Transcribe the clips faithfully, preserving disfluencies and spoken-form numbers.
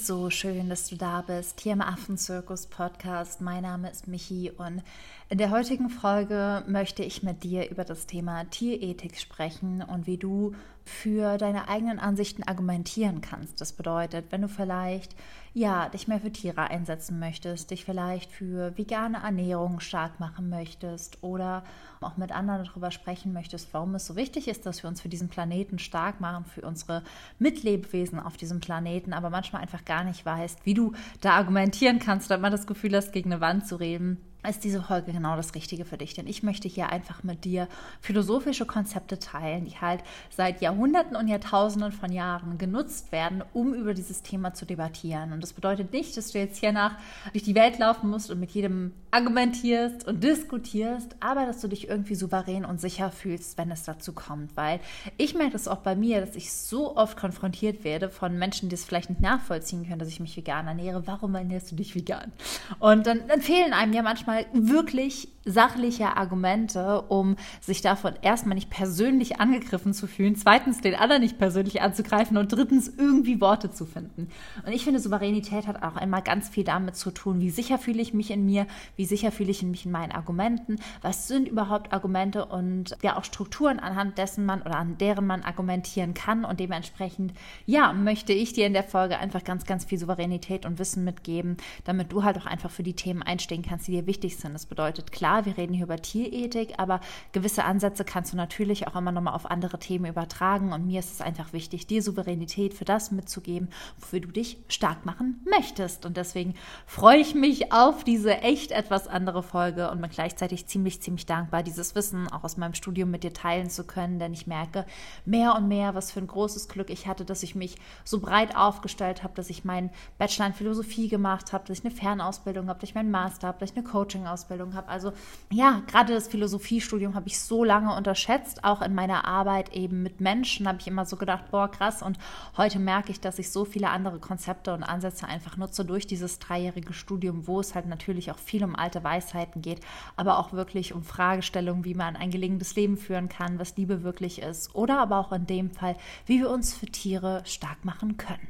So schön, dass du da bist, hier im Affenzirkus-Podcast. Mein Name ist Michi und in der heutigen Folge möchte ich mit dir über das Thema Tierethik sprechen und wie du für deine eigenen Ansichten argumentieren kannst. Das bedeutet, wenn du vielleicht ja, dich mehr für Tiere einsetzen möchtest, dich vielleicht für vegane Ernährung stark machen möchtest oder auch mit anderen darüber sprechen möchtest, warum es so wichtig ist, dass wir uns für diesen Planeten stark machen, für unsere Mitlebewesen auf diesem Planeten, aber manchmal einfach gar nicht weißt, wie du da argumentieren kannst, oder immer das Gefühl hast, gegen eine Wand zu reden, ist diese Folge genau das Richtige für dich. Denn ich möchte hier einfach mit dir philosophische Konzepte teilen, die halt seit Jahrhunderten und Jahrtausenden von Jahren genutzt werden, um über dieses Thema zu debattieren. Und das bedeutet nicht, dass du jetzt hiernach durch die Welt laufen musst und mit jedem argumentierst und diskutierst, aber dass du dich irgendwie souverän und sicher fühlst, wenn es dazu kommt. Weil ich merke das auch bei mir, dass ich so oft konfrontiert werde von Menschen, die es vielleicht nicht nachvollziehen können, dass ich mich vegan ernähre. Warum ernährst du dich vegan? Und dann, dann fehlen einem ja manchmal wirklich sachliche Argumente, um sich davon erstmal nicht persönlich angegriffen zu fühlen, zweitens den anderen nicht persönlich anzugreifen und drittens irgendwie Worte zu finden. Und ich finde, Souveränität hat auch einmal ganz viel damit zu tun, wie sicher fühle ich mich in mir, wie sicher fühle ich mich in meinen Argumenten, was sind überhaupt Argumente und ja auch Strukturen, anhand dessen man oder an deren man argumentieren kann, und dementsprechend, ja, möchte ich dir in der Folge einfach ganz, ganz viel Souveränität und Wissen mitgeben, damit du halt auch einfach für die Themen einstehen kannst, die dir wichtig sind. Das bedeutet, klar, wir reden hier über Tierethik, aber gewisse Ansätze kannst du natürlich auch immer nochmal auf andere Themen übertragen, und mir ist es einfach wichtig, dir Souveränität für das mitzugeben, wofür du dich stark machen möchtest, und deswegen freue ich mich auf diese echt etwas andere Folge und bin gleichzeitig ziemlich, ziemlich dankbar, dieses Wissen auch aus meinem Studium mit dir teilen zu können, denn ich merke mehr und mehr, was für ein großes Glück ich hatte, dass ich mich so breit aufgestellt habe, dass ich meinen Bachelor in Philosophie gemacht habe, dass ich eine Fernausbildung habe, dass ich meinen Master habe, dass ich eine Coaching-Ausbildung habe. Also ja, gerade das Philosophiestudium habe ich so lange unterschätzt, auch in meiner Arbeit eben mit Menschen habe ich immer so gedacht, boah, krass, und heute merke ich, dass ich so viele andere Konzepte und Ansätze einfach nutze durch dieses dreijährige Studium, wo es halt natürlich auch viel um alte Weisheiten geht, aber auch wirklich um Fragestellungen, wie man ein gelingendes Leben führen kann, was Liebe wirklich ist, oder aber auch in dem Fall, wie wir uns für Tiere stark machen können.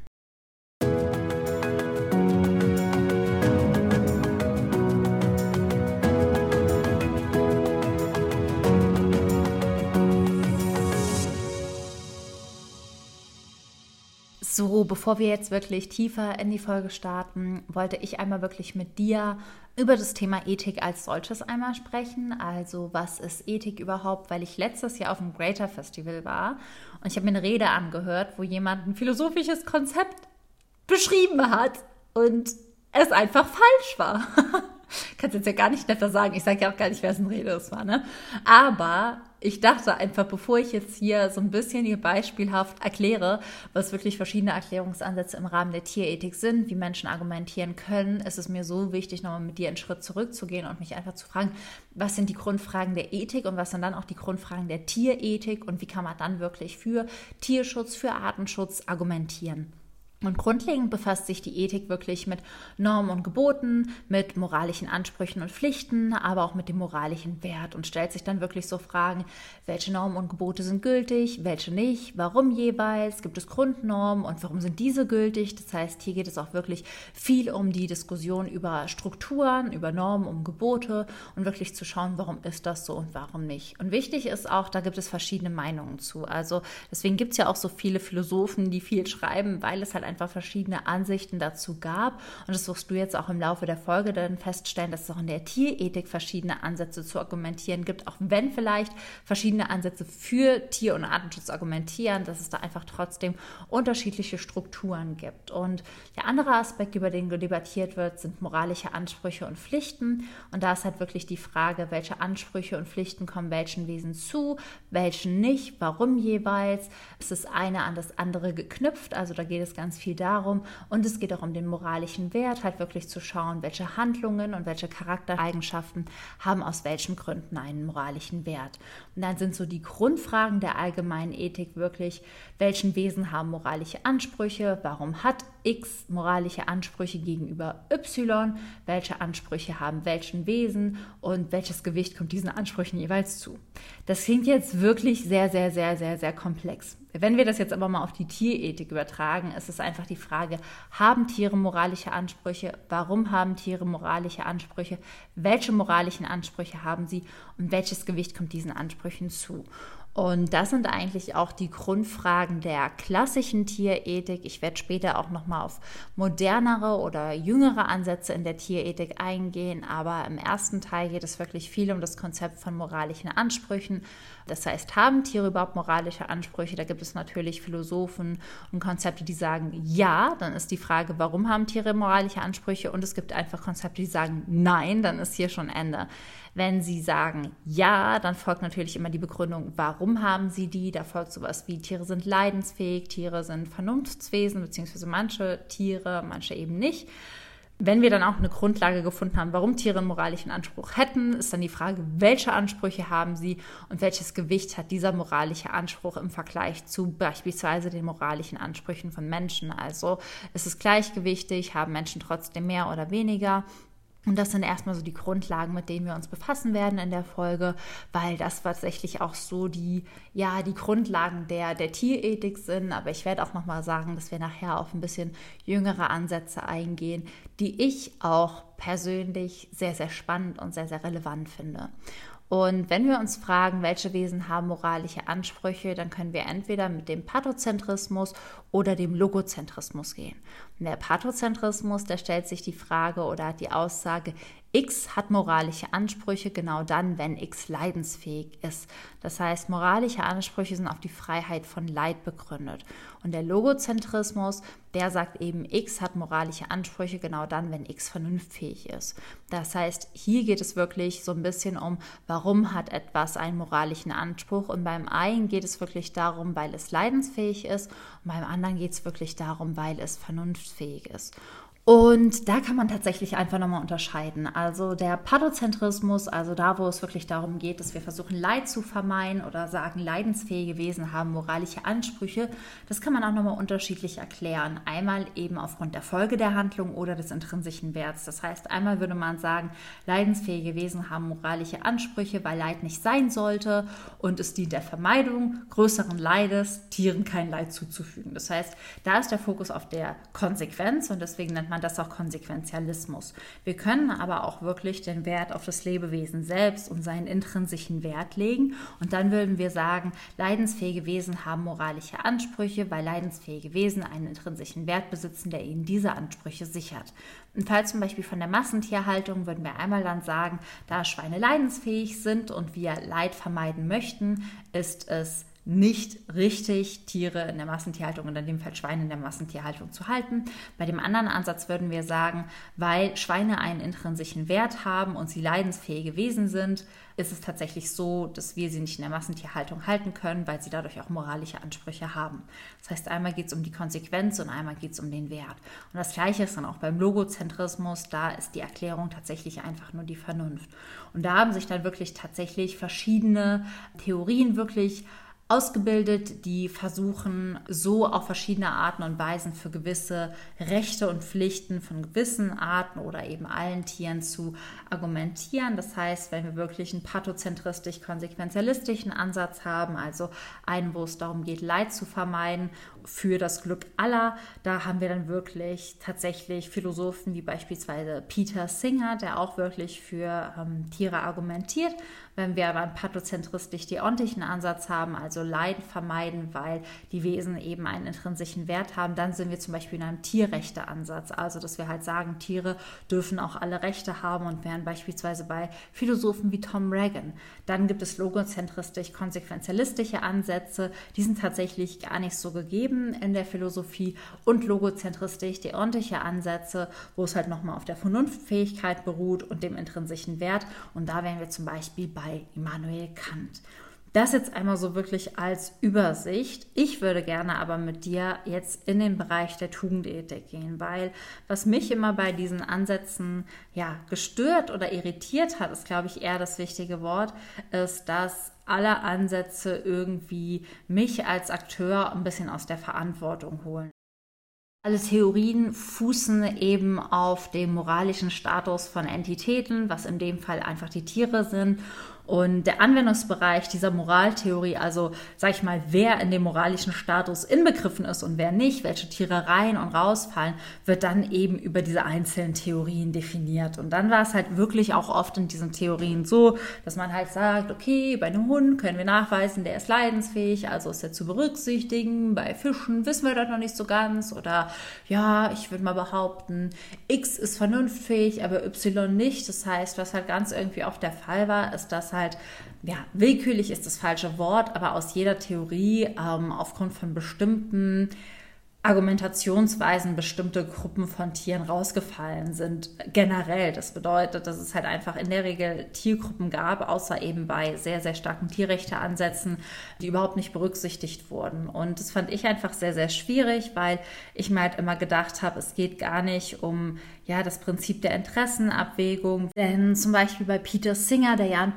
So, bevor wir jetzt wirklich tiefer in die Folge starten, wollte ich einmal wirklich mit dir über das Thema Ethik als solches einmal sprechen. Also, was ist Ethik überhaupt? Weil ich letztes Jahr auf dem Greater Festival war und ich habe mir eine Rede angehört, wo jemand ein philosophisches Konzept beschrieben hat und es einfach falsch war. Kannst jetzt ja gar nicht netter sagen. Ich sage ja auch gar nicht, wer es in Rede es war, ne? Aber ich dachte einfach, bevor ich jetzt hier so ein bisschen hier beispielhaft erkläre, was wirklich verschiedene Erklärungsansätze im Rahmen der Tierethik sind, wie Menschen argumentieren können, ist es mir so wichtig, nochmal mit dir einen Schritt zurückzugehen und mich einfach zu fragen, was sind die Grundfragen der Ethik und was sind dann auch die Grundfragen der Tierethik und wie kann man dann wirklich für Tierschutz, für Artenschutz argumentieren. Und grundlegend befasst sich die Ethik wirklich mit Normen und Geboten, mit moralischen Ansprüchen und Pflichten, aber auch mit dem moralischen Wert und stellt sich dann wirklich so Fragen, welche Normen und Gebote sind gültig, welche nicht, warum jeweils, gibt es Grundnormen und warum sind diese gültig? Das heißt, hier geht es auch wirklich viel um die Diskussion über Strukturen, über Normen, um Gebote und wirklich zu schauen, warum ist das so und warum nicht. Und wichtig ist auch, da gibt es verschiedene Meinungen zu. Also deswegen gibt es ja auch so viele Philosophen, die viel schreiben, weil es halt einfach verschiedene Ansichten dazu gab. Und das wirst du jetzt auch im Laufe der Folge dann feststellen, dass es auch in der Tierethik verschiedene Ansätze zu argumentieren gibt, auch wenn vielleicht verschiedene Ansätze für Tier- und Artenschutz argumentieren, dass es da einfach trotzdem unterschiedliche Strukturen gibt. Und der andere Aspekt, über den debattiert wird, sind moralische Ansprüche und Pflichten. Und da ist halt wirklich die Frage, welche Ansprüche und Pflichten kommen welchen Wesen zu, welchen nicht, warum jeweils. Ist das eine an das andere geknüpft? Also da geht es ganz viel darum, und es geht auch um den moralischen Wert, halt wirklich zu schauen, welche Handlungen und welche Charaktereigenschaften haben aus welchen Gründen einen moralischen Wert. Und dann sind so die Grundfragen der allgemeinen Ethik wirklich, welchen Wesen haben moralische Ansprüche, warum hat X moralische Ansprüche gegenüber Y, welche Ansprüche haben welchen Wesen und welches Gewicht kommt diesen Ansprüchen jeweils zu. Das klingt jetzt wirklich sehr, sehr, sehr, sehr, sehr komplex. Wenn wir das jetzt aber mal auf die Tierethik übertragen, ist es einfach die Frage, haben Tiere moralische Ansprüche? Warum haben Tiere moralische Ansprüche? Welche moralischen Ansprüche haben sie und welches Gewicht kommt diesen Ansprüchen zu? Und das sind eigentlich auch die Grundfragen der klassischen Tierethik. Ich werde später auch nochmal auf modernere oder jüngere Ansätze in der Tierethik eingehen, aber im ersten Teil geht es wirklich viel um das Konzept von moralischen Ansprüchen. Das heißt, haben Tiere überhaupt moralische Ansprüche? Da gibt es natürlich Philosophen und Konzepte, die sagen, ja, dann ist die Frage, warum haben Tiere moralische Ansprüche? Und es gibt einfach Konzepte, die sagen, nein, dann ist hier schon Ende. Wenn sie sagen ja, dann folgt natürlich immer die Begründung, warum haben sie die? Da folgt sowas wie, Tiere sind leidensfähig, Tiere sind Vernunftswesen, beziehungsweise manche Tiere, manche eben nicht. Wenn wir dann auch eine Grundlage gefunden haben, warum Tiere einen moralischen Anspruch hätten, ist dann die Frage, welche Ansprüche haben sie und welches Gewicht hat dieser moralische Anspruch im Vergleich zu beispielsweise den moralischen Ansprüchen von Menschen. Also ist es gleichgewichtig, haben Menschen trotzdem mehr oder weniger? Und das sind erstmal so die Grundlagen, mit denen wir uns befassen werden in der Folge, weil das tatsächlich auch so die, ja, die Grundlagen der, der Tierethik sind. Aber ich werde auch nochmal sagen, dass wir nachher auf ein bisschen jüngere Ansätze eingehen, die ich auch persönlich sehr, sehr spannend und sehr, sehr relevant finde. Und wenn wir uns fragen, welche Wesen haben moralische Ansprüche, dann können wir entweder mit dem Pathozentrismus oder dem Logozentrismus gehen. Und der Pathozentrismus, der stellt sich die Frage oder hat die Aussage, X hat moralische Ansprüche genau dann, wenn X leidensfähig ist. Das heißt, moralische Ansprüche sind auf die Freiheit von Leid begründet. Und der Logozentrismus, der sagt eben, X hat moralische Ansprüche genau dann, wenn X vernunftfähig ist. Das heißt, hier geht es wirklich so ein bisschen um, warum hat etwas einen moralischen Anspruch. Und beim einen geht es wirklich darum, weil es leidensfähig ist. Und beim anderen geht es wirklich darum, weil es vernunftfähig ist. Und da kann man tatsächlich einfach nochmal unterscheiden. Also der Pathozentrismus, also da, wo es wirklich darum geht, dass wir versuchen, Leid zu vermeiden oder sagen, leidensfähige Wesen haben moralische Ansprüche, das kann man auch nochmal unterschiedlich erklären. Einmal eben aufgrund der Folge der Handlung oder des intrinsischen Werts. Das heißt, einmal würde man sagen, leidensfähige Wesen haben moralische Ansprüche, weil Leid nicht sein sollte und es dient der Vermeidung größeren Leides, Tieren kein Leid zuzufügen. Das heißt, da ist der Fokus auf der Konsequenz und deswegen nennt man das auch Konsequenzialismus. Wir können aber auch wirklich den Wert auf das Lebewesen selbst und seinen intrinsischen Wert legen und dann würden wir sagen, leidensfähige Wesen haben moralische Ansprüche, weil leidensfähige Wesen einen intrinsischen Wert besitzen, der ihnen diese Ansprüche sichert. Im Fall zum Beispiel von der Massentierhaltung würden wir einmal dann sagen, da Schweine leidensfähig sind und wir Leid vermeiden möchten, ist es nicht richtig, Tiere in der Massentierhaltung und in dem Fall Schweine in der Massentierhaltung zu halten. Bei dem anderen Ansatz würden wir sagen, weil Schweine einen intrinsischen Wert haben und sie leidensfähige Wesen sind, ist es tatsächlich so, dass wir sie nicht in der Massentierhaltung halten können, weil sie dadurch auch moralische Ansprüche haben. Das heißt, einmal geht es um die Konsequenz und einmal geht es um den Wert. Und das Gleiche ist dann auch beim Logozentrismus, da ist die Erklärung tatsächlich einfach nur die Vernunft. Und da haben sich dann wirklich tatsächlich verschiedene Theorien wirklich ausgebildet, die versuchen, so auf verschiedene Arten und Weisen für gewisse Rechte und Pflichten von gewissen Arten oder eben allen Tieren zu argumentieren. Das heißt, wenn wir wirklich einen pathozentristisch-konsequenzialistischen Ansatz haben, also einen, wo es darum geht, Leid zu vermeiden für das Glück aller, da haben wir dann wirklich tatsächlich Philosophen wie beispielsweise Peter Singer, der auch wirklich für ähm, Tiere argumentiert. Wenn wir aber einen pathozentristisch-deontischen Ansatz haben, also Leid vermeiden, weil die Wesen eben einen intrinsischen Wert haben, dann sind wir zum Beispiel in einem Tierrechte-Ansatz. Also, dass wir halt sagen, Tiere dürfen auch alle Rechte haben und wären beispielsweise bei Philosophen wie Tom Regan. Dann gibt es logozentristisch-konsequenzialistische Ansätze, die sind tatsächlich gar nicht so gegeben in der Philosophie und logozentristisch-deontische Ansätze, wo es halt nochmal auf der Vernunftfähigkeit beruht und dem intrinsischen Wert. Und da wären wir zum Beispiel bei Immanuel Kant. Das jetzt einmal so wirklich als Übersicht. Ich würde gerne aber mit dir jetzt in den Bereich der Tugendethik gehen, weil was mich immer bei diesen Ansätzen ja gestört oder irritiert hat, ist, glaube ich, eher das wichtige Wort, ist, dass alle Ansätze irgendwie mich als Akteur ein bisschen aus der Verantwortung holen. Alle Theorien fußen eben auf dem moralischen Status von Entitäten, was in dem Fall einfach die Tiere sind. Und der Anwendungsbereich dieser Moraltheorie, also sag ich mal, wer in dem moralischen Status inbegriffen ist und wer nicht, welche Tiere rein und rausfallen, wird dann eben über diese einzelnen Theorien definiert. Und dann war es halt wirklich auch oft in diesen Theorien so, dass man halt sagt, okay, bei einem Hund können wir nachweisen, der ist leidensfähig, also ist er zu berücksichtigen. Bei Fischen wissen wir das noch nicht so ganz. Oder ja, ich würde mal behaupten, X ist vernunftfähig, aber Y nicht. Das heißt, was halt ganz irgendwie oft der Fall war, ist, dass halt, ja, willkürlich ist das falsche Wort, aber aus jeder Theorie ähm, aufgrund von bestimmten Argumentationsweisen bestimmte Gruppen von Tieren rausgefallen sind, generell. Das bedeutet, dass es halt einfach in der Regel Tiergruppen gab, außer eben bei sehr, sehr starken Tierrechteansätzen, die überhaupt nicht berücksichtigt wurden. Und das fand ich einfach sehr, sehr schwierig, weil ich mir halt immer gedacht habe, es geht gar nicht um ja, das Prinzip der Interessenabwägung. Denn zum Beispiel bei Peter Singer, der ja einen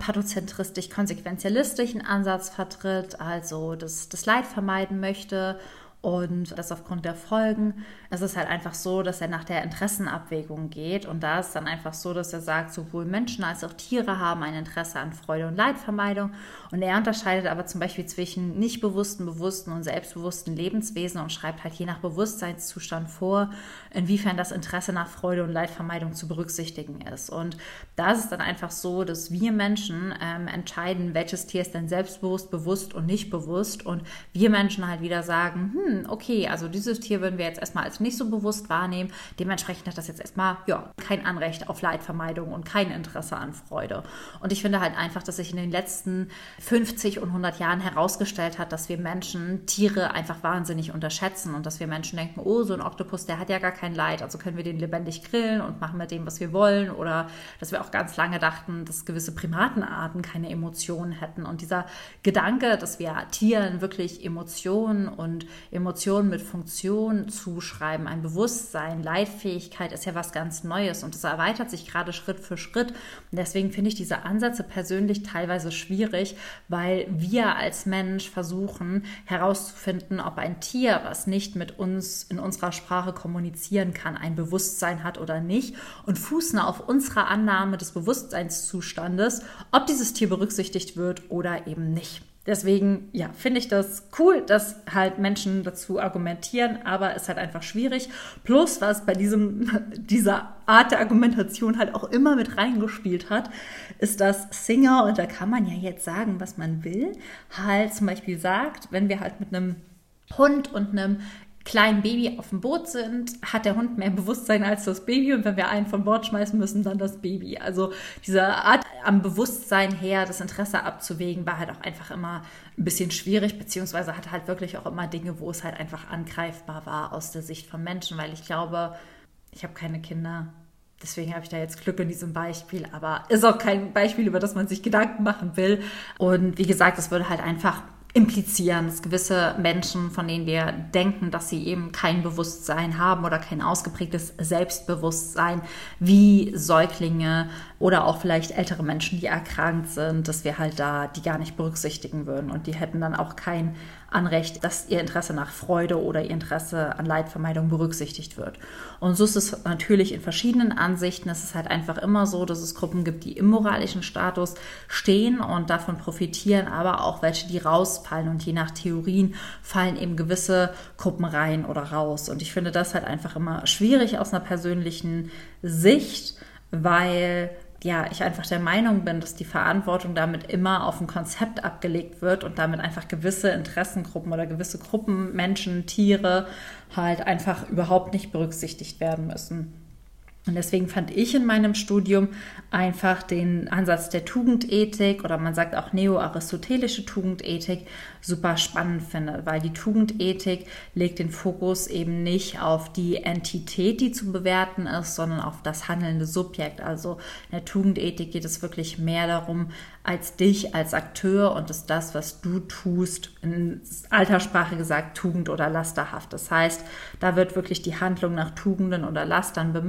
pathozentristisch-konsequenzialistischen Ansatz vertritt, also das, das Leid vermeiden möchte, und das aufgrund der Folgen. Es ist halt einfach so, dass er nach der Interessenabwägung geht. Und da ist dann einfach so, dass er sagt, sowohl Menschen als auch Tiere haben ein Interesse an Freude und Leidvermeidung. Und er unterscheidet aber zum Beispiel zwischen nicht bewussten, bewussten und selbstbewussten Lebenswesen und schreibt halt je nach Bewusstseinszustand vor, inwiefern das Interesse nach Freude und Leidvermeidung zu berücksichtigen ist. Und da ist es dann einfach so, dass wir Menschen ähm, entscheiden, welches Tier ist denn selbstbewusst, bewusst und nicht bewusst. Und wir Menschen halt wieder sagen, hm, okay, also dieses Tier würden wir jetzt erstmal als nicht so bewusst wahrnehmen. Dementsprechend hat das jetzt erstmal ja, kein Anrecht auf Leidvermeidung und kein Interesse an Freude. Und ich finde halt einfach, dass sich in den letzten fünfzig und hundert Jahren herausgestellt hat, dass wir Menschen Tiere einfach wahnsinnig unterschätzen und dass wir Menschen denken, oh, so ein Oktopus, der hat ja gar kein Leid, also können wir den lebendig grillen und machen mit dem, was wir wollen. Oder dass wir auch ganz lange dachten, dass gewisse Primatenarten keine Emotionen hätten. Und dieser Gedanke, dass wir Tieren wirklich Emotionen und Emotionen mit Funktion zuschreiben, ein Bewusstsein, Leitfähigkeit ist ja was ganz Neues und das erweitert sich gerade Schritt für Schritt. Und deswegen finde ich diese Ansätze persönlich teilweise schwierig, weil wir als Mensch versuchen herauszufinden, ob ein Tier, was nicht mit uns in unserer Sprache kommunizieren kann, ein Bewusstsein hat oder nicht und fußen auf unserer Annahme des Bewusstseinszustandes, ob dieses Tier berücksichtigt wird oder eben nicht. Deswegen, ja, finde ich das cool, dass halt Menschen dazu argumentieren, aber es ist halt einfach schwierig. Plus, was bei diesem, dieser Art der Argumentation halt auch immer mit reingespielt hat, ist, dass Singer, und da kann man ja jetzt sagen, was man will, halt zum Beispiel sagt, wenn wir halt mit einem Hund und einem kleinen Baby auf dem Boot sind, hat der Hund mehr Bewusstsein als das Baby und wenn wir einen von Bord schmeißen müssen, dann das Baby. Also diese Art am Bewusstsein her, das Interesse abzuwägen, war halt auch einfach immer ein bisschen schwierig, beziehungsweise hatte halt wirklich auch immer Dinge, wo es halt einfach angreifbar war aus der Sicht von Menschen, weil ich glaube, ich habe keine Kinder, deswegen habe ich da jetzt Glück in diesem Beispiel, aber ist auch kein Beispiel, über das man sich Gedanken machen will. Und wie gesagt, es würde halt einfach implizieren, dass gewisse Menschen, von denen wir denken, dass sie eben kein Bewusstsein haben oder kein ausgeprägtes Selbstbewusstsein, wie Säuglinge oder auch vielleicht ältere Menschen, die erkrankt sind, dass wir halt da die gar nicht berücksichtigen würden und die hätten dann auch kein Anrecht, dass ihr Interesse nach Freude oder ihr Interesse an Leidvermeidung berücksichtigt wird. Und so ist es natürlich in verschiedenen Ansichten. Es ist halt einfach immer so, dass es Gruppen gibt, die im moralischen Status stehen und davon profitieren, aber auch welche, die rausfallen. Und je nach Theorien fallen eben gewisse Gruppen rein oder raus. Und ich finde das halt einfach immer schwierig aus einer persönlichen Sicht, weil ja, ich einfach der Meinung bin, dass die Verantwortung damit immer auf ein Konzept abgelegt wird und damit einfach gewisse Interessengruppen oder gewisse Gruppen, Menschen, Tiere halt einfach überhaupt nicht berücksichtigt werden müssen. Und deswegen fand ich in meinem Studium einfach den Ansatz der Tugendethik oder man sagt auch neo-aristotelische Tugendethik super spannend finde, weil die Tugendethik legt den Fokus eben nicht auf die Entität, die zu bewerten ist, sondern auf das handelnde Subjekt. Also in der Tugendethik geht es wirklich mehr darum, als dich als Akteur und ist das, was du tust, in alter Sprache gesagt, Tugend oder lasterhaft. Das heißt, da wird wirklich die Handlung nach Tugenden oder Lastern bemisst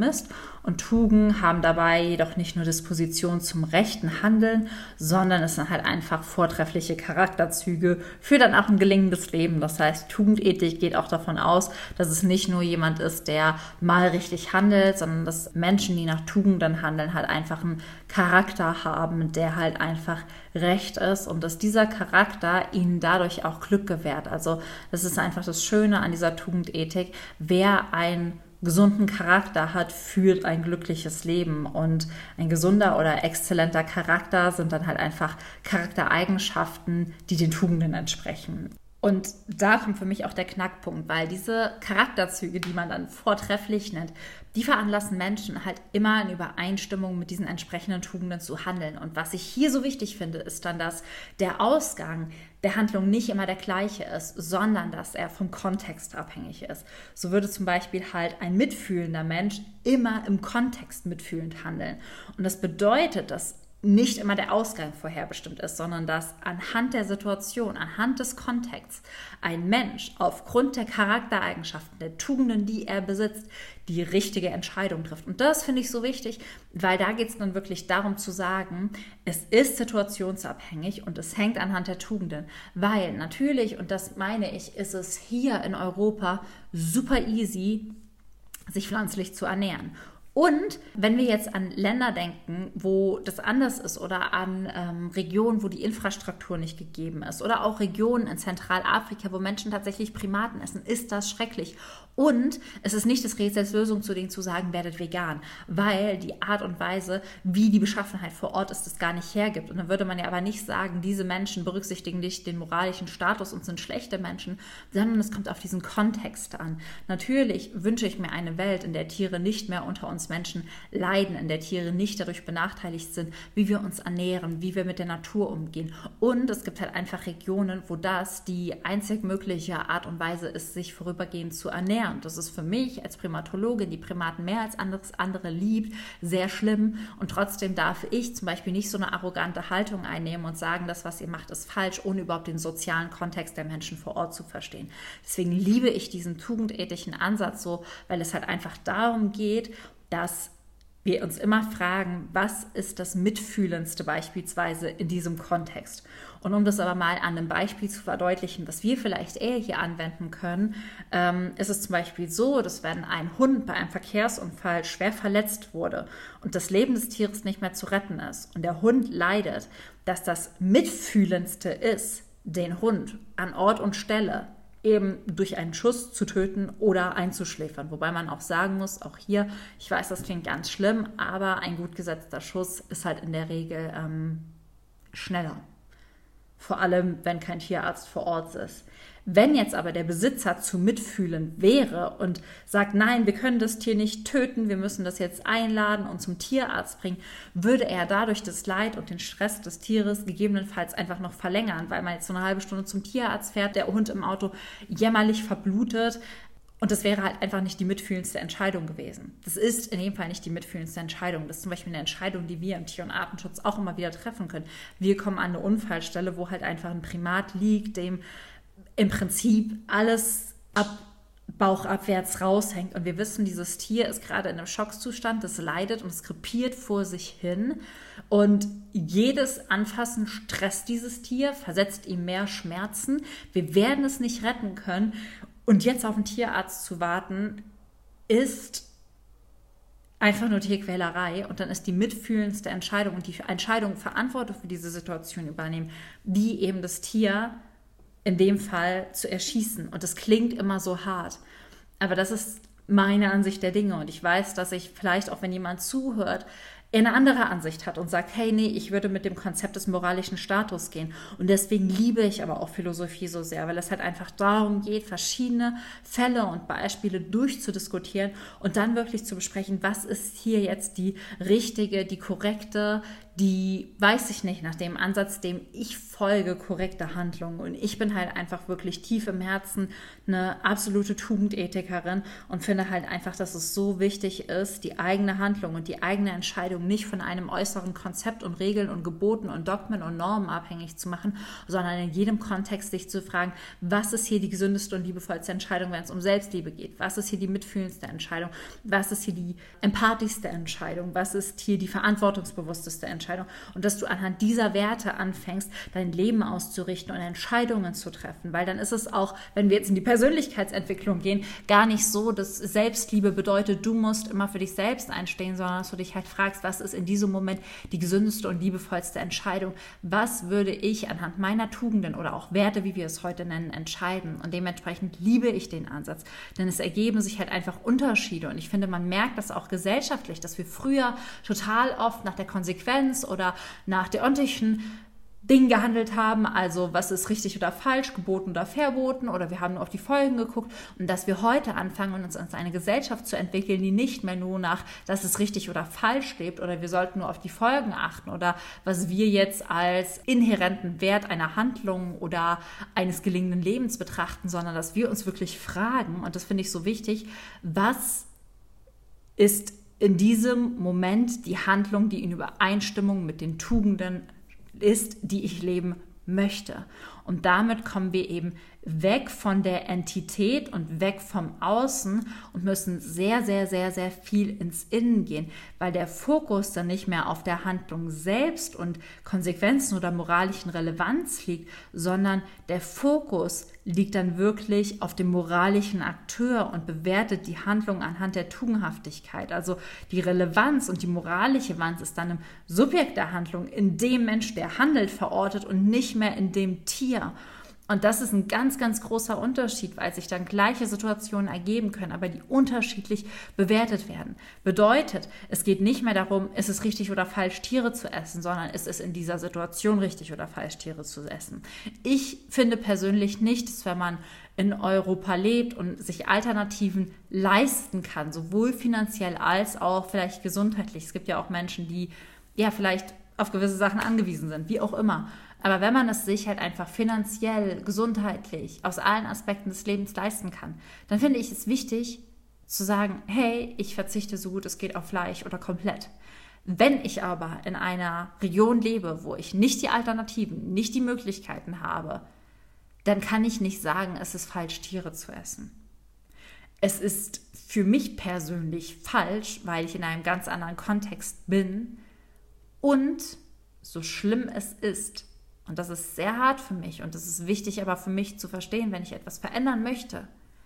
Und Tugenden haben dabei jedoch nicht nur Disposition zum rechten Handeln, sondern es sind halt einfach vortreffliche Charakterzüge für dann auch ein gelingendes Leben. Das heißt, Tugendethik geht auch davon aus, dass es nicht nur jemand ist, der mal richtig handelt, sondern dass Menschen, die nach Tugenden handeln, halt einfach einen Charakter haben, der halt einfach recht ist und dass dieser Charakter ihnen dadurch auch Glück gewährt. Also das ist einfach das Schöne an dieser Tugendethik. Wer einen gesunden Charakter hat, führt ein glückliches Leben, und ein gesunder oder exzellenter Charakter sind dann halt einfach Charaktereigenschaften, die den Tugenden entsprechen. Und da kommt für mich auch der Knackpunkt, weil diese Charakterzüge, die man dann vortrefflich nennt, die veranlassen Menschen halt immer in Übereinstimmung mit diesen entsprechenden Tugenden zu handeln. Und was ich hier so wichtig finde, ist dann, dass der Ausgang der Handlung nicht immer der gleiche ist, sondern dass er vom Kontext abhängig ist. So würde zum Beispiel halt ein mitfühlender Mensch immer im Kontext mitfühlend handeln. Und das bedeutet, dass nicht immer der Ausgang vorherbestimmt ist, sondern dass anhand der Situation, anhand des Kontexts ein Mensch aufgrund der Charaktereigenschaften, der Tugenden, die er besitzt, die richtige Entscheidung trifft. Und das finde ich so wichtig, weil da geht es dann wirklich darum zu sagen, es ist situationsabhängig und es hängt anhand der Tugenden. Weil natürlich, und das meine ich, ist es hier in Europa super easy, sich pflanzlich zu ernähren. Und wenn wir jetzt an Länder denken, wo das anders ist, oder an ähm, Regionen, wo die Infrastruktur nicht gegeben ist, oder auch Regionen in Zentralafrika, wo Menschen tatsächlich Primaten essen, ist das schrecklich. Und es ist nicht das Rätsels Lösung, zu denen zu sagen, werdet vegan, weil die Art und Weise, wie die Beschaffenheit vor Ort ist, das gar nicht hergibt. Und dann würde man ja aber nicht sagen, diese Menschen berücksichtigen nicht den moralischen Status und sind schlechte Menschen, sondern es kommt auf diesen Kontext an. Natürlich wünsche ich mir eine Welt, in der Tiere nicht mehr unter uns Menschen leiden, in der Tiere nicht dadurch benachteiligt sind, wie wir uns ernähren, wie wir mit der Natur umgehen. Und es gibt halt einfach Regionen, wo das die einzig mögliche Art und Weise ist, sich vorübergehend zu ernähren. Und das ist für mich als Primatologin, die Primaten mehr als anderes andere liebt, sehr schlimm. Und trotzdem darf ich zum Beispiel nicht so eine arrogante Haltung einnehmen und sagen, das, was ihr macht, ist falsch, ohne überhaupt den sozialen Kontext der Menschen vor Ort zu verstehen. Deswegen liebe ich diesen tugendethischen Ansatz so, weil es halt einfach darum geht, dass wir uns immer fragen, was ist das Mitfühlendste beispielsweise in diesem Kontext? Und um das aber mal an einem Beispiel zu verdeutlichen, was wir vielleicht eher hier anwenden können, ähm, ist es zum Beispiel so, dass wenn ein Hund bei einem Verkehrsunfall schwer verletzt wurde und das Leben des Tieres nicht mehr zu retten ist und der Hund leidet, dass das Mitfühlendste ist, den Hund an Ort und Stelle eben durch einen Schuss zu töten oder einzuschläfern. Wobei man auch sagen muss, auch hier, ich weiß, das klingt ganz schlimm, aber ein gut gesetzter Schuss ist halt in der Regel ähm, schneller. Vor allem, wenn kein Tierarzt vor Ort ist. Wenn jetzt aber der Besitzer zu mitfühlend wäre und sagt, nein, wir können das Tier nicht töten, wir müssen das jetzt einladen und zum Tierarzt bringen, würde er dadurch das Leid und den Stress des Tieres gegebenenfalls einfach noch verlängern, weil man jetzt so eine halbe Stunde zum Tierarzt fährt, der Hund im Auto jämmerlich verblutet. Und das wäre halt einfach nicht die mitfühlendste Entscheidung gewesen. Das ist in dem Fall nicht die mitfühlendste Entscheidung. Das ist zum Beispiel eine Entscheidung, die wir im Tier- und Artenschutz auch immer wieder treffen können. Wir kommen an eine Unfallstelle, wo halt einfach ein Primat liegt, dem im Prinzip alles ab Bauch abwärts raushängt. Und wir wissen, dieses Tier ist gerade in einem Schockzustand, das leidet und es krepiert vor sich hin. Und jedes Anfassen stresst dieses Tier, versetzt ihm mehr Schmerzen. Wir werden es nicht retten können. Und jetzt auf den Tierarzt zu warten, ist einfach nur Tierquälerei. Und dann ist die mitfühlendste Entscheidung und die Entscheidung, Verantwortung für diese Situation übernehmen, die eben das Tier in dem Fall zu erschießen. Und das klingt immer so hart. Aber das ist meine Ansicht der Dinge. Und ich weiß, dass ich vielleicht auch, wenn jemand zuhört, eine andere Ansicht hat und sagt, hey, nee, ich würde mit dem Konzept des moralischen Status gehen. Und deswegen liebe ich aber auch Philosophie so sehr, weil es halt einfach darum geht, verschiedene Fälle und Beispiele durchzudiskutieren und dann wirklich zu besprechen, was ist hier jetzt die richtige, die korrekte, die, weiß ich nicht, nach dem Ansatz, dem ich folge, korrekte Handlung. Und ich bin halt einfach wirklich tief im Herzen eine absolute Tugendethikerin und finde halt einfach, dass es so wichtig ist, die eigene Handlung und die eigene Entscheidung Entscheidung nicht von einem äußeren Konzept und Regeln und Geboten und Dogmen und Normen abhängig zu machen, sondern in jedem Kontext sich zu fragen, was ist hier die gesündeste und liebevollste Entscheidung, wenn es um Selbstliebe geht? Was ist hier die mitfühlendste Entscheidung? Was ist hier die empathischste Entscheidung? Was ist hier die verantwortungsbewussteste Entscheidung? Und dass du anhand dieser Werte anfängst, dein Leben auszurichten und Entscheidungen zu treffen, weil dann ist es auch, wenn wir jetzt in die Persönlichkeitsentwicklung gehen, gar nicht so, dass Selbstliebe bedeutet, du musst immer für dich selbst einstehen, sondern dass du dich halt fragst, was ist in diesem Moment die gesündeste und liebevollste Entscheidung? Was würde ich anhand meiner Tugenden oder auch Werte, wie wir es heute nennen, entscheiden? Und dementsprechend liebe ich den Ansatz, denn es ergeben sich halt einfach Unterschiede und ich finde, man merkt das auch gesellschaftlich, dass wir früher total oft nach der Konsequenz oder nach der ontischen Ding gehandelt haben, also was ist richtig oder falsch, geboten oder verboten, oder wir haben nur auf die Folgen geguckt und dass wir heute anfangen, uns als eine Gesellschaft zu entwickeln, die nicht mehr nur nach, das ist richtig oder falsch lebt oder wir sollten nur auf die Folgen achten oder was wir jetzt als inhärenten Wert einer Handlung oder eines gelingenden Lebens betrachten, sondern dass wir uns wirklich fragen, und das finde ich so wichtig, was ist in diesem Moment die Handlung, die in Übereinstimmung mit den Tugenden ist, die ich leben möchte. Und damit kommen wir eben weg von der Entität und weg vom Außen und müssen sehr, sehr, sehr, sehr viel ins Innen gehen, weil der Fokus dann nicht mehr auf der Handlung selbst und Konsequenzen oder moralischen Relevanz liegt, sondern der Fokus liegt dann wirklich auf dem moralischen Akteur und bewertet die Handlung anhand der Tugendhaftigkeit. Also die Relevanz und die moralische Relevanz ist dann im Subjekt der Handlung, in dem Mensch, der handelt, verortet und nicht mehr in dem Tier. Und das ist ein ganz, ganz großer Unterschied, weil sich dann gleiche Situationen ergeben können, aber die unterschiedlich bewertet werden. Bedeutet, es geht nicht mehr darum, ist es richtig oder falsch, Tiere zu essen, sondern ist es in dieser Situation richtig oder falsch, Tiere zu essen. Ich finde persönlich nicht, dass wenn man in Europa lebt und sich Alternativen leisten kann, sowohl finanziell als auch vielleicht gesundheitlich. Es gibt ja auch Menschen, die ja vielleicht auf gewisse Sachen angewiesen sind, wie auch immer. Aber wenn man es sich halt einfach finanziell, gesundheitlich, aus allen Aspekten des Lebens leisten kann, dann finde ich es wichtig zu sagen, hey, ich verzichte so gut es geht auf Fleisch oder komplett. Wenn ich aber in einer Region lebe, wo ich nicht die Alternativen, nicht die Möglichkeiten habe, dann kann ich nicht sagen, es ist falsch, Tiere zu essen. Es ist für mich persönlich falsch, weil ich in einem ganz anderen Kontext bin und so schlimm es ist, und das ist sehr hart für mich und das ist wichtig aber für mich zu verstehen, wenn ich etwas verändern möchte,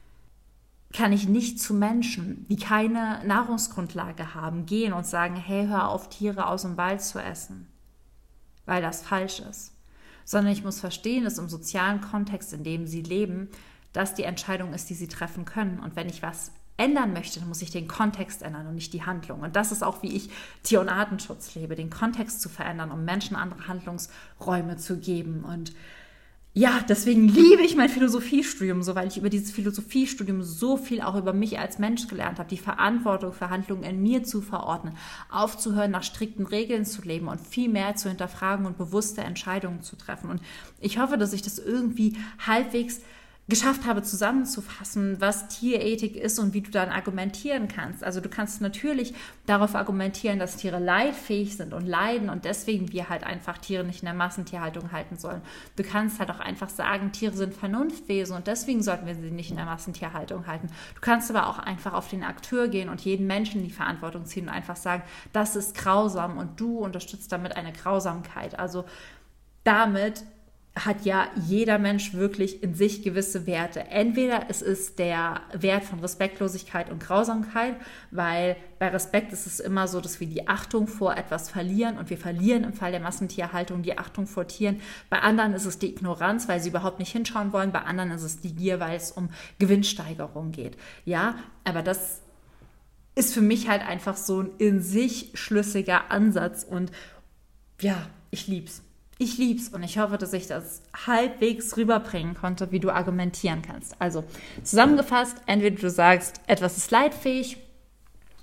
kann ich nicht zu Menschen, die keine Nahrungsgrundlage haben, gehen und sagen, hey, hör auf, Tiere aus dem Wald zu essen, weil das falsch ist. Sondern ich muss verstehen, dass im sozialen Kontext, in dem sie leben, das die Entscheidung ist, die sie treffen können. Und wenn ich was ändern möchte, dann muss ich den Kontext ändern und nicht die Handlung. Und das ist auch, wie ich Tier- und Artenschutz lebe, den Kontext zu verändern, um Menschen andere Handlungsräume zu geben. Und ja, deswegen liebe ich mein Philosophiestudium so, weil ich über dieses Philosophiestudium so viel auch über mich als Mensch gelernt habe, die Verantwortung für Handlungen in mir zu verordnen, aufzuhören, nach strikten Regeln zu leben und viel mehr zu hinterfragen und bewusste Entscheidungen zu treffen. Und ich hoffe, dass ich das irgendwie halbwegs geschafft habe zusammenzufassen, was Tierethik ist und wie du dann argumentieren kannst. Also du kannst natürlich darauf argumentieren, dass Tiere leidfähig sind und leiden und deswegen wir halt einfach Tiere nicht in der Massentierhaltung halten sollen. Du kannst halt auch einfach sagen, Tiere sind Vernunftwesen und deswegen sollten wir sie nicht in der Massentierhaltung halten. Du kannst aber auch einfach auf den Akteur gehen und jeden Menschen in die Verantwortung ziehen und einfach sagen, das ist grausam und du unterstützt damit eine Grausamkeit. Also damit hat ja jeder Mensch wirklich in sich gewisse Werte. Entweder es ist der Wert von Respektlosigkeit und Grausamkeit, weil bei Respekt ist es immer so, dass wir die Achtung vor etwas verlieren und wir verlieren im Fall der Massentierhaltung die Achtung vor Tieren. Bei anderen ist es die Ignoranz, weil sie überhaupt nicht hinschauen wollen. Bei anderen ist es die Gier, weil es um Gewinnsteigerung geht. Ja, aber das ist für mich halt einfach so ein in sich schlüssiger Ansatz und ja, ich lieb's. Ich lieb's und ich hoffe, dass ich das halbwegs rüberbringen konnte, wie du argumentieren kannst. Also zusammengefasst, entweder du sagst, etwas ist leidfähig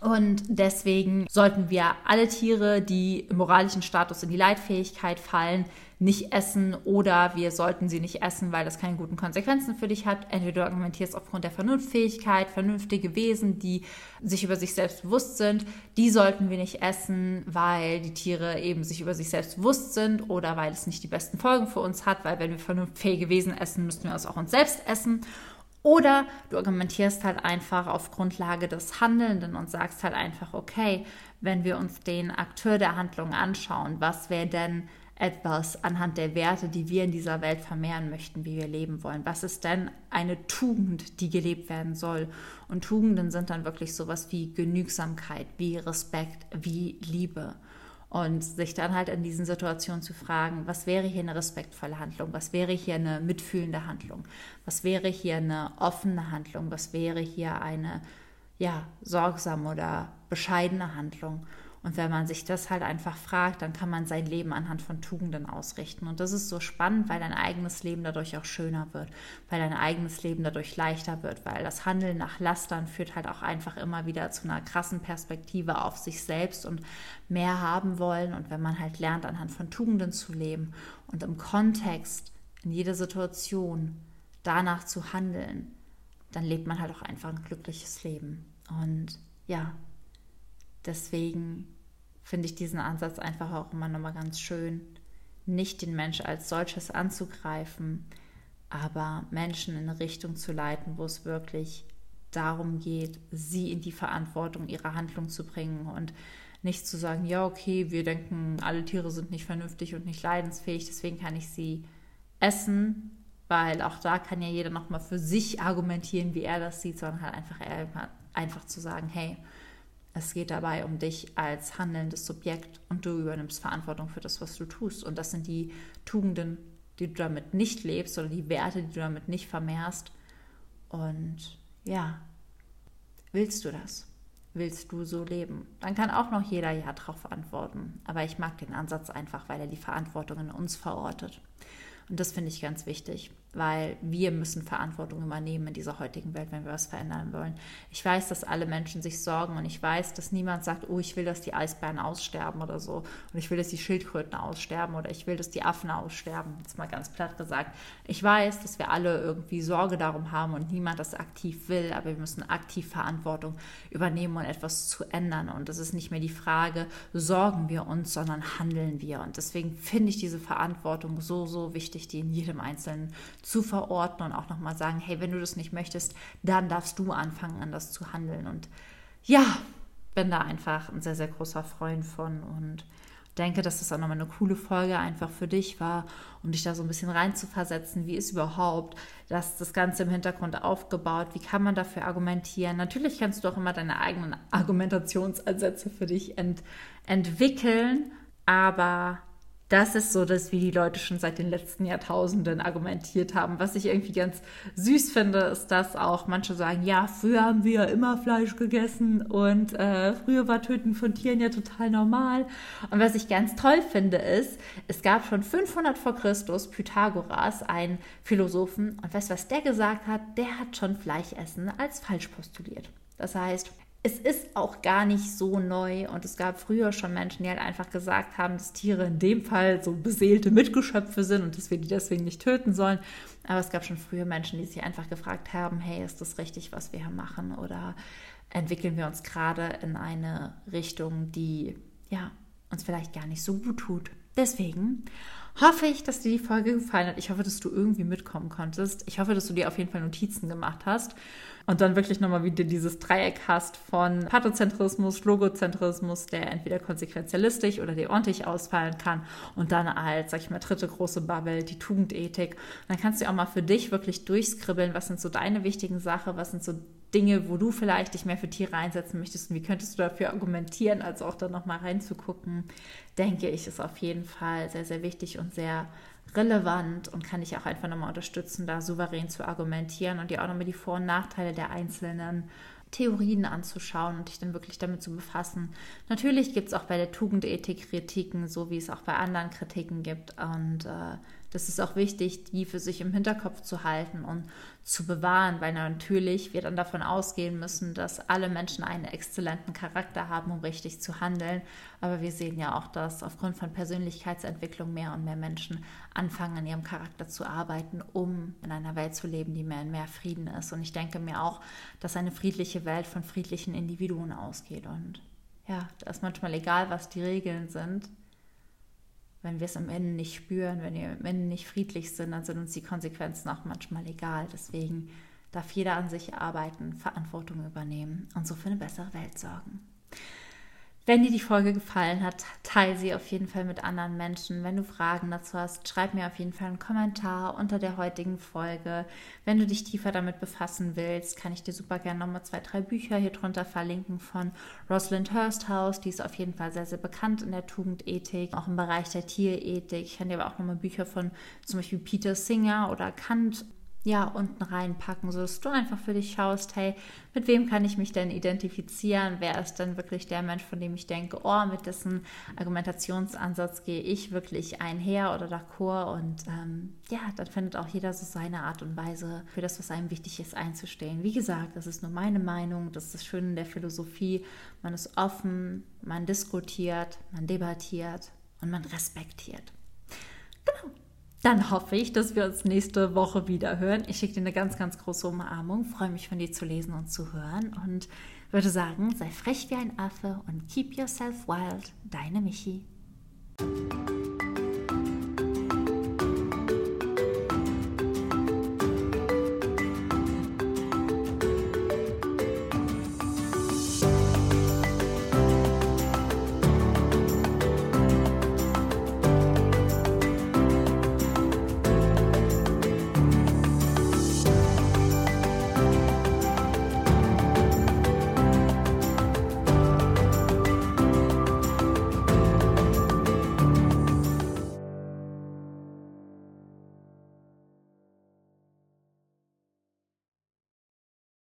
Und deswegen sollten wir alle Tiere, die im moralischen Status in die Leitfähigkeit fallen, nicht essen, oder wir sollten sie nicht essen, weil das keine guten Konsequenzen für dich hat. Entweder du argumentierst aufgrund der Vernunftfähigkeit, vernünftige Wesen, die sich über sich selbst bewusst sind, die sollten wir nicht essen, weil die Tiere eben sich über sich selbst bewusst sind oder weil es nicht die besten Folgen für uns hat, weil wenn wir vernunftfähige Wesen essen, müssten wir es auch uns selbst essen. Oder du argumentierst halt einfach auf Grundlage des Handelnden und sagst halt einfach, okay, wenn wir uns den Akteur der Handlung anschauen, was wäre denn etwas anhand der Werte, die wir in dieser Welt vermehren möchten, wie wir leben wollen? Was ist denn eine Tugend, die gelebt werden soll? Und Tugenden sind dann wirklich sowas wie Genügsamkeit, wie Respekt, wie Liebe. Und sich dann halt in diesen Situationen zu fragen, was wäre hier eine respektvolle Handlung, was wäre hier eine mitfühlende Handlung, was wäre hier eine offene Handlung, was wäre hier eine ja, sorgsame oder bescheidene Handlung. Und wenn man sich das halt einfach fragt, dann kann man sein Leben anhand von Tugenden ausrichten. Und das ist so spannend, weil dein eigenes Leben dadurch auch schöner wird, weil dein eigenes Leben dadurch leichter wird, weil das Handeln nach Lastern führt halt auch einfach immer wieder zu einer krassen Perspektive auf sich selbst und mehr haben wollen. Und wenn man halt lernt, anhand von Tugenden zu leben und im Kontext, in jeder Situation danach zu handeln, dann lebt man halt auch einfach ein glückliches Leben. Und ja, deswegen finde ich diesen Ansatz einfach auch immer nochmal ganz schön, nicht den Mensch als solches anzugreifen, aber Menschen in eine Richtung zu leiten, wo es wirklich darum geht, sie in die Verantwortung ihrer Handlung zu bringen und nicht zu sagen, ja okay, wir denken, alle Tiere sind nicht vernünftig und nicht leidensfähig, deswegen kann ich sie essen, weil auch da kann ja jeder nochmal für sich argumentieren, wie er das sieht, sondern halt einfach, einfach zu sagen, hey, es geht dabei um dich als handelndes Subjekt und du übernimmst Verantwortung für das, was du tust. Und das sind die Tugenden, die du damit nicht lebst oder die Werte, die du damit nicht vermehrst. Und ja, willst du das? Willst du so leben? Dann kann auch noch jeder Ja drauf antworten. Aber ich mag den Ansatz einfach, weil er die Verantwortung in uns verortet. Und das finde ich ganz wichtig, weil wir müssen Verantwortung übernehmen in dieser heutigen Welt, wenn wir was verändern wollen. Ich weiß, dass alle Menschen sich sorgen und ich weiß, dass niemand sagt, oh, ich will, dass die Eisbären aussterben oder so und ich will, dass die Schildkröten aussterben oder ich will, dass die Affen aussterben, jetzt mal ganz platt gesagt. Ich weiß, dass wir alle irgendwie Sorge darum haben und niemand das aktiv will, aber wir müssen aktiv Verantwortung übernehmen und etwas zu ändern. Und das ist nicht mehr die Frage, sorgen wir uns, sondern handeln wir. Und deswegen finde ich diese Verantwortung so, so wichtig, die in jedem Einzelnen zu verorten und auch nochmal sagen, hey, wenn du das nicht möchtest, dann darfst du anfangen, anders zu handeln. Und ja, bin da einfach ein sehr, sehr großer Freund von und denke, dass das auch nochmal eine coole Folge einfach für dich war, um dich da so ein bisschen reinzuversetzen. Wie ist überhaupt das, das Ganze im Hintergrund aufgebaut? Wie kann man dafür argumentieren? Natürlich kannst du auch immer deine eigenen Argumentationsansätze für dich ent, entwickeln, aber das ist so, dass wie die Leute schon seit den letzten Jahrtausenden argumentiert haben. Was ich irgendwie ganz süß finde, ist, dass auch manche sagen, ja, früher haben wir ja immer Fleisch gegessen und äh, früher war Töten von Tieren ja total normal. Und was ich ganz toll finde, ist, es gab schon fünfhundert vor Christus Pythagoras, einen Philosophen, und weißt du, was der gesagt hat? Der hat schon Fleischessen als falsch postuliert. Das heißt, es ist auch gar nicht so neu und es gab früher schon Menschen, die halt einfach gesagt haben, dass Tiere in dem Fall so beseelte Mitgeschöpfe sind und dass wir die deswegen nicht töten sollen. Aber es gab schon früher Menschen, die sich einfach gefragt haben, hey, ist das richtig, was wir hier machen? Oder entwickeln wir uns gerade in eine Richtung, die ja, uns vielleicht gar nicht so gut tut? Deswegen hoffe ich, dass dir die Folge gefallen hat. Ich hoffe, dass du irgendwie mitkommen konntest. Ich hoffe, dass du dir auf jeden Fall Notizen gemacht hast und dann wirklich nochmal wieder dieses Dreieck hast von Pathozentrismus, Logozentrismus, der entweder konsequenzialistisch oder deontisch ausfallen kann und dann als, sag ich mal, dritte große Bubble, die Tugendethik. Und dann kannst du auch mal für dich wirklich durchskribbeln, was sind so deine wichtigen Sachen, was sind so Dinge, wo du vielleicht dich mehr für Tiere einsetzen möchtest und wie könntest du dafür argumentieren, also auch da nochmal reinzugucken, denke ich, ist auf jeden Fall sehr, sehr wichtig und sehr relevant und kann dich auch einfach nochmal unterstützen, da souverän zu argumentieren und dir auch nochmal die Vor- und Nachteile der einzelnen Theorien anzuschauen und dich dann wirklich damit zu befassen. Natürlich gibt es auch bei der Tugendethik Kritiken, so wie es auch bei anderen Kritiken gibt und äh, das ist auch wichtig, die für sich im Hinterkopf zu halten und zu bewahren, weil natürlich wir dann davon ausgehen müssen, dass alle Menschen einen exzellenten Charakter haben, um richtig zu handeln. Aber wir sehen ja auch, dass aufgrund von Persönlichkeitsentwicklung mehr und mehr Menschen anfangen, an ihrem Charakter zu arbeiten, um in einer Welt zu leben, die mehr und mehr Frieden ist. Und ich denke mir auch, dass eine friedliche Welt von friedlichen Individuen ausgeht. Und ja, da ist manchmal egal, was die Regeln sind. Wenn wir es am Ende nicht spüren, wenn wir am Ende nicht friedlich sind, dann sind uns die Konsequenzen auch manchmal egal. Deswegen darf jeder an sich arbeiten, Verantwortung übernehmen und so für eine bessere Welt sorgen. Wenn dir die Folge gefallen hat, teile sie auf jeden Fall mit anderen Menschen. Wenn du Fragen dazu hast, schreib mir auf jeden Fall einen Kommentar unter der heutigen Folge. Wenn du dich tiefer damit befassen willst, kann ich dir super gerne nochmal zwei, drei Bücher hier drunter verlinken von Rosalind Hursthouse. Die ist auf jeden Fall sehr, sehr bekannt in der Tugendethik, auch im Bereich der Tierethik. Ich kann dir aber auch nochmal Bücher von zum Beispiel Peter Singer oder Kant ja, unten reinpacken, sodass du einfach für dich schaust, hey, mit wem kann ich mich denn identifizieren? Wer ist denn wirklich der Mensch, von dem ich denke, oh, mit dessen Argumentationsansatz gehe ich wirklich einher oder d'accord? Und ähm, ja, dann findet auch jeder so seine Art und Weise, für das, was einem wichtig ist, einzustehen. Wie gesagt, das ist nur meine Meinung, das ist das Schöne in der Philosophie. Man ist offen, man diskutiert, man debattiert und man respektiert. Genau. Dann hoffe ich, dass wir uns nächste Woche wieder hören. Ich schicke dir eine ganz, ganz große Umarmung. Freue mich, von dir zu lesen und zu hören. Und würde sagen, sei frech wie ein Affe und keep yourself wild. Deine Michi.